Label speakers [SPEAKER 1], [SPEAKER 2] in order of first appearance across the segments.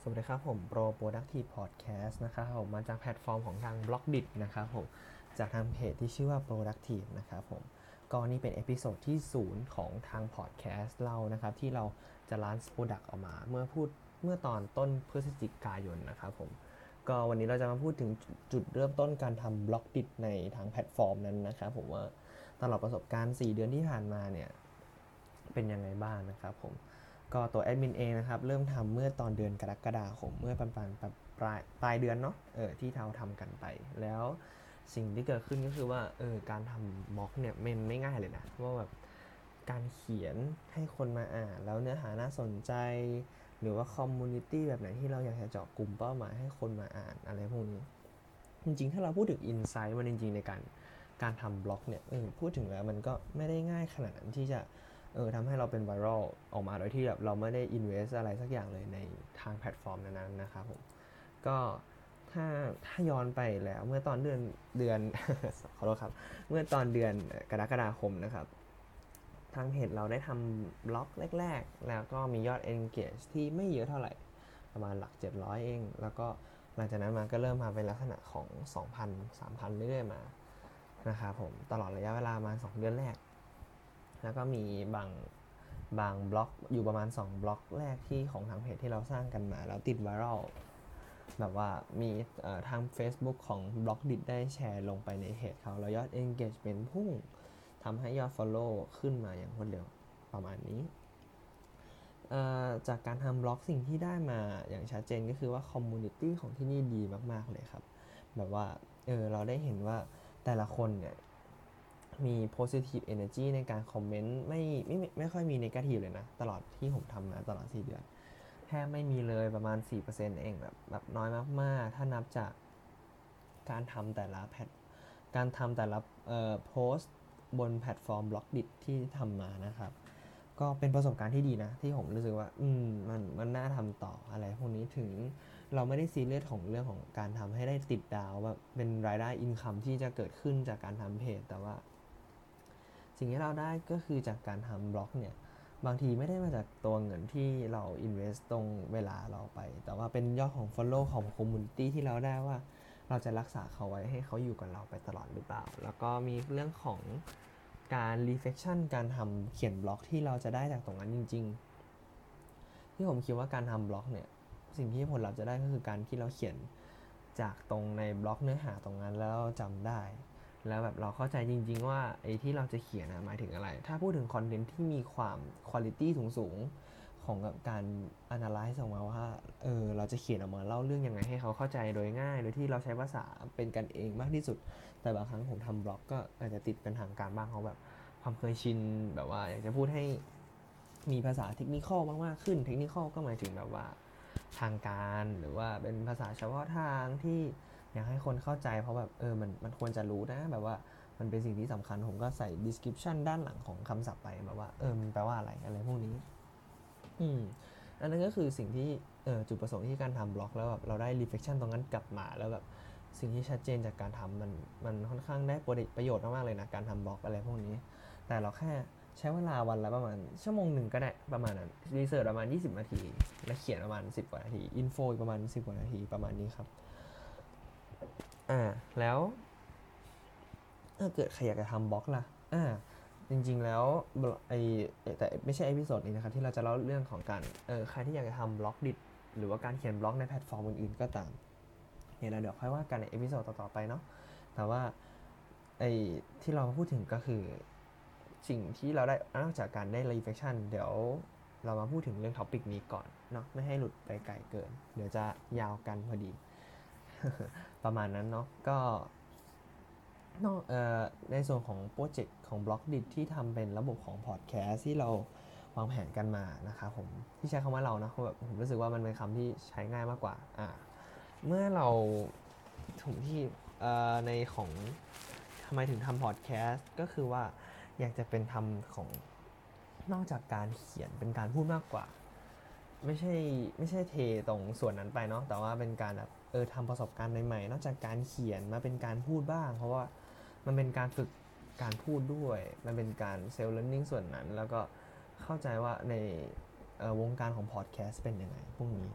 [SPEAKER 1] สวัสดีครับผมโปร Productive Podcast นะครับผมมาจากแพลตฟอร์มของทาง Blockdit นะครับผมจากทางเพจที่ชื่อว่า Productive นะครับผมก็นี่เป็นเอพิโซดที่0ของทาง Podcast เรานะครับที่เราจะลันช์ Product ออกมาเมื่อตอนต้นพฤศจิกายนนะครับผมก็วันนี้เราจะมาพูดถึงจุดเริ่มต้นการทำ Blockdit ในทางแพลตฟอร์มนั้นนะครับผมว่าตลอดประสบการณ์4 เดือนที่ผ่านมาเนี่ยเป็นยังไงบ้างนะครับผมก็ตัวแอดมินเองนะครับเริ่มทำเมื่อตอนเดือนกรกฎาคมเมื่อประมาณปลายเดือนเนาะที่เราทำกันไปแล้วสิ่งที่เกิดขึ้นก็คือว่าการทำม็อกเนี่ยมันไม่ง่ายเลยนะว่าแบบการเขียนให้คนมาอ่านแล้วเนื้อหาน่าสนใจหรือว่าคอมมูนิตี้แบบไหนที่เราอยากจะเจาะกลุ่มเป้าหมายให้คนมาอ่านอะไรพวกนี้จริงๆถ้าเราพูดถึงอินไซต์มันจริงๆในการทำบล็อกเนี่ยพูดถึงแล้วมันก็ไม่ได้ง่ายขนาดนั้นที่จะทำให้เราเป็นไวรัลออกมาโดยที่แบบเราไม่ได้อินเวสอะไรสักอย่างเลยในทางแพลตฟอร์มนั้นๆนะครับผมก็ถ้าย้อนไปแล้วเมื่อตอนเดือน ขอโทษครับเมื่อตอนเดือนกรกฎาคมนะครับทางเพจเราได้ทำบล็อกแรกๆแล้วก็มียอด engage ที่ไม่เยอะเท่าไหร่ประมาณหลัก700เองแล้วก็หลังจากนั้นมาก็เริ่มมาเป็นลักษณะของ 2,000 3,000 เรื่อยๆมานะครับผมตลอดระยะเวลามา2เดือนแรกแล้วก็มีบางบล็อกอยู่ประมาณ2บล็อกแรกที่ของทางเพจที่เราสร้างกันมาแล้วติดไวรัลแบบว่ามีทาง Facebook ของ Blockdit ได้แชร์ลงไปในเพจเขาแล้วยอด engagement พุ่งทำให้ยอด follow ขึ้นมาอย่างรวดเร็วประมาณนี้จากการทำบล็อกสิ่งที่ได้มาอย่างชัดเจนก็คือว่าคอมมูนิตี้ของที่นี่ดีมากๆเลยครับแบบว่าเราได้เห็นว่าแต่ละคนเนี่ยมี positive energy ในการคอมเมนต์ไม่ค่อยมี negative เลยนะตลอดที่ผมทำมาตลอด4 เดือนแทบไม่มีเลยประมาณ 4% เองแบบน้อยมากๆถ้านับจากการทำแต่ละโพสต์บนแพลตฟอร์ม Blockdit ที่ทำมานะครับก็เป็นประสบการณ์ที่ดีนะที่ผมรู้สึกว่ามันน่าทำต่ออะไรพวกนี้ถึงเราไม่ได้ซีเรียสของเรื่องของการทำให้ได้ติดดาวแบบเป็นรายได้อินคัมที่จะเกิดขึ้นจากการทำเพจแต่ว่าสิ่งที่เราได้ก็คือจากการทำบล็อกเนี่ยบางทีไม่ได้มาจากตัวเงินที่เรา invest ตรงเวลาเราไปแต่ว่าเป็นยอดของ follow ของ community ที่เราได้ว่าเราจะรักษาเขาไว้ให้เขาอยู่กับเราไปตลอดหรือเปล่าแล้วก็มีเรื่องของการ reflection การทำเขียนบล็อกที่เราจะได้จากตรงนั้นจริงๆที่ผมคิดว่าการทำบล็อกเนี่ยสิ่งที่ผลลัพธ์จะได้ก็คือการที่เราเขียนจากตรงในบล็อกเนื้อหาตรงนั้นแล้วจำได้แล้วแบบเราเข้าใจจริงๆว่าไอ้ที่เราจะเขียนหมายถึงอะไรถ้าพูดถึงคอนเทนต์ที่มีความคุณภาพสูงๆของการ analyze ออกมาว่าเราจะเขียนออกมาเล่าเรื่องยังไงให้เขาเข้าใจโดยง่ายโดยที่เราใช้ภาษาเป็นกันเองมากที่สุดแต่บางครั้งผมทำบล็อกก็อาจจะติดเป็นทางการบ้างเขาแบบความเคยชินแบบว่าอยากจะพูดให้มีภาษาเทคนิคมากๆขึ้นเทคนิคก็หมายถึงแบบว่าทางการหรือว่าเป็นภาษาเฉพาะทางที่อยากให้คนเข้าใจเพราะแบบมันควรจะรู้นะแบบว่ามันเป็นสิ่งที่สำคัญผมก็ใส่ description ด้านหลังของคำศัพท์ไปแบบว่ามันแปลว่าอะไรพวกนี้อันนั้นก็คือสิ่งที่จุดประสงค์ที่การทำบล็อกแล้วแบบเราได้ reflection ตรงนั้นกลับมาแล้วแบบสิ่งที่ชัดเจนจากการทำมันค่อนข้างได้ประโยชน์มากๆเลยนะการทำบล็อกอะไรพวกนี้แต่เราแค่ใช้เวลาวันละประมาณชั่วโมงหนึ่งก็ได้ประมาณนั้นรีเสิร์ชประมาณ20 นาทีและเขียนประมาณ10 กว่านาทีอินโฟประมาณ10 กว่านาทีประมาณนี้ครับแล้วถ้าเกิดใครอยากจะทำบล็อกล่ะจริงๆแล้วแต่ไม่ใช่เอพิโซดนี้นะครับที่เราจะเล่าเรื่องของการใครที่อยากจะทำบล็อกดิหรือว่าการเขียนบล็อกในแพลตฟอร์มอื่นๆก็ตามเนี่ยเราเดี๋ยวค่อยว่ากันในเอพิโซดต่อๆไปเนาะแต่ว่าไอ้ที่เราพูดถึงก็คือสิ่งที่เราได้นอกจากการได้ reflection เดี๋ยวเรามาพูดถึงเรื่องท็อปิกนี้ก่อนเนาะไม่ให้หลุดไปไกลเกินเดี๋ยวจะยาวกันพอดี ประมาณนั้นเนาะก็นอกในส่วนของโปรเจกต์ของ Blockdit ที่ทำเป็นระบบของพอดแคสต์ที่เราวางแผนกันมานะครับผมที่ใช้คำว่าเรานะแบบผมรู้สึกว่ามันเป็นคำที่ใช้ง่ายมากกว่าเมื่อเราถึงที่ในของทำไมถึงทำพอดแคสต์ก็คือว่าอยากจะเป็นทำของนอกจากการเขียนเป็นการพูดมากกว่าไม่ใช่เทตรงส่วนนั้นไปเนาะแต่ว่าเป็นการแบบทำประสบการณ์ใหม่ๆนอกจากการเขียนมาเป็นการพูดบ้างเพราะว่ามันเป็นการฝึกการพูดด้วยมันเป็นการเซลล์เลิร์นนิ่งส่วนนั้นแล้วก็เข้าใจว่าในวงการของพอดแคสต์เป็นยังไงพวกนี้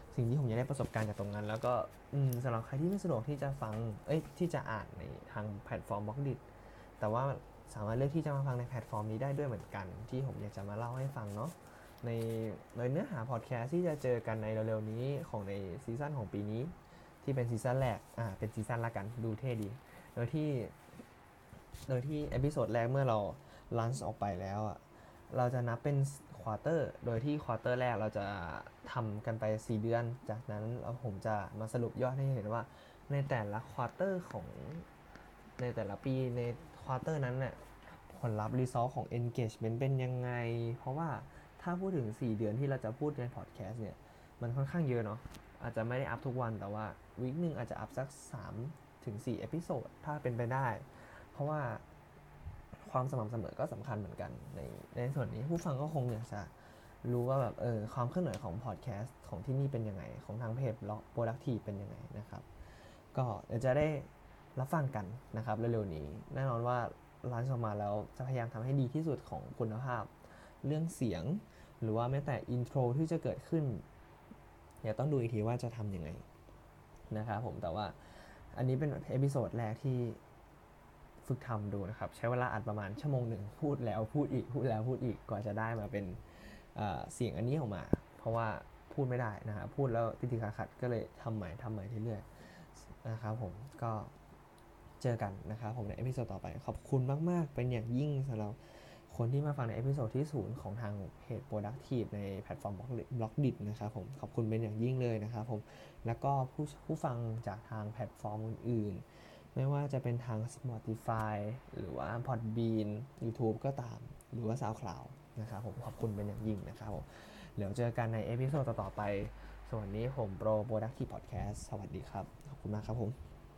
[SPEAKER 1] สิ่งที่ผมอยากได้ประสบการณ์จากตรงนั้นแล้วก็สำหรับใครที่ไม่สะดวกที่จะฟังที่จะอ่านในทางแพลตฟอร์ม Blogdit แต่ว่าสามารถเลือกที่จะมาฟังในแพลตฟอร์มนี้ได้ด้วยเหมือนกันที่ผมอยากจะมาเล่าให้ฟังเนาะในเนื้อหาพอดแคสต์ที่จะเจอกันในเร็วๆนี้ของในซีซั่นของปีนี้ที่เป็นซีซั่นแรกเป็นซีซั่นละกันดูเท่ดีโดยที่เอพิโซดแรกเมื่อเราลันช์ออกไปแล้วเราจะนับเป็นควอเตอร์โดยที่ควอเตอร์แรกเราจะทำกันไป4เดือนจากนั้นผมจะมาสรุปยอดให้เห็นว่าในแต่ละควอเตอร์ของในแต่ละปีในควอเตอร์นั้นเนี่ยผลลัพธ์ result ของ engagement เป็นยังไงเพราะว่าถ้าพูดถึง4เดือนที่เราจะพูดในพอดแคสต์เนี่ยมันค่อนข้างเยอะเนาะอาจจะไม่ได้อัพทุกวันแต่ว่าวีคนึงอาจจะอัพสัก3 ถึง 4เอพิโซดถ้าเป็นไปได้เพราะว่าความสม่ำเสมอก็สำคัญเหมือนกันในส่วนนี้ผู้ฟังก็คงอยากจะรู้ว่าแบบความเคลื่อนไหวของพอดแคสต์ของที่นี่เป็นยังไงของทางเพจ Productive เป็นยังไงนะครับก็เดี๋ยวจะได้รับฟังกันนะครับเร็วๆนี้แน่นอนว่าร้านออกมาแล้วจะพยายามทำให้ดีที่สุดของคุณภาพเรื่องเสียงหรือว่าแม้แต่อินโทรที่จะเกิดขึ้นเดี๋ยวต้องดูอีกทีว่าจะทำยังไงนะครับผมแต่ว่าอันนี้เป็นเอพิโซดแรกที่ฝึกทำดูนะครับใช้เวลาอัดประมาณชั่วโมงหนึ่งพูดแล้วพูดอีกพูดแล้วพูดอีกกว่าจะได้มาเป็นเสียงอันนี้ออกมาเพราะว่าพูดไม่ได้นะครับพูดแล้วติดขัดก็เลยทำใหม่เรื่อยๆนะครับผมก็เจอกันนะครับผมในเอพิโซดต่อไปขอบคุณมากๆเป็นอย่างยิ่งสำหรับคนที่มาฟังในเอพิโซดที่0ของทางเพจ Productive ในแพลตฟอร์ม Blogdit นะครับผมขอบคุณเป็นอย่างยิ่งเลยนะครับผมแล้วก็ผู้ฟังจากทางแพลตฟอร์มอื่นๆไม่ว่าจะเป็นทาง Spotify หรือว่า Podbean YouTube ก็ตามหรือว่า SoundCloud นะครับผมขอบคุณเป็นอย่างยิ่งนะครับผมเดี๋ยวเจอกันในเอพิโซดต่อๆไปส่วนนี้ผม Productive Podcast สวัสดีครับขอบคุณมากครับผม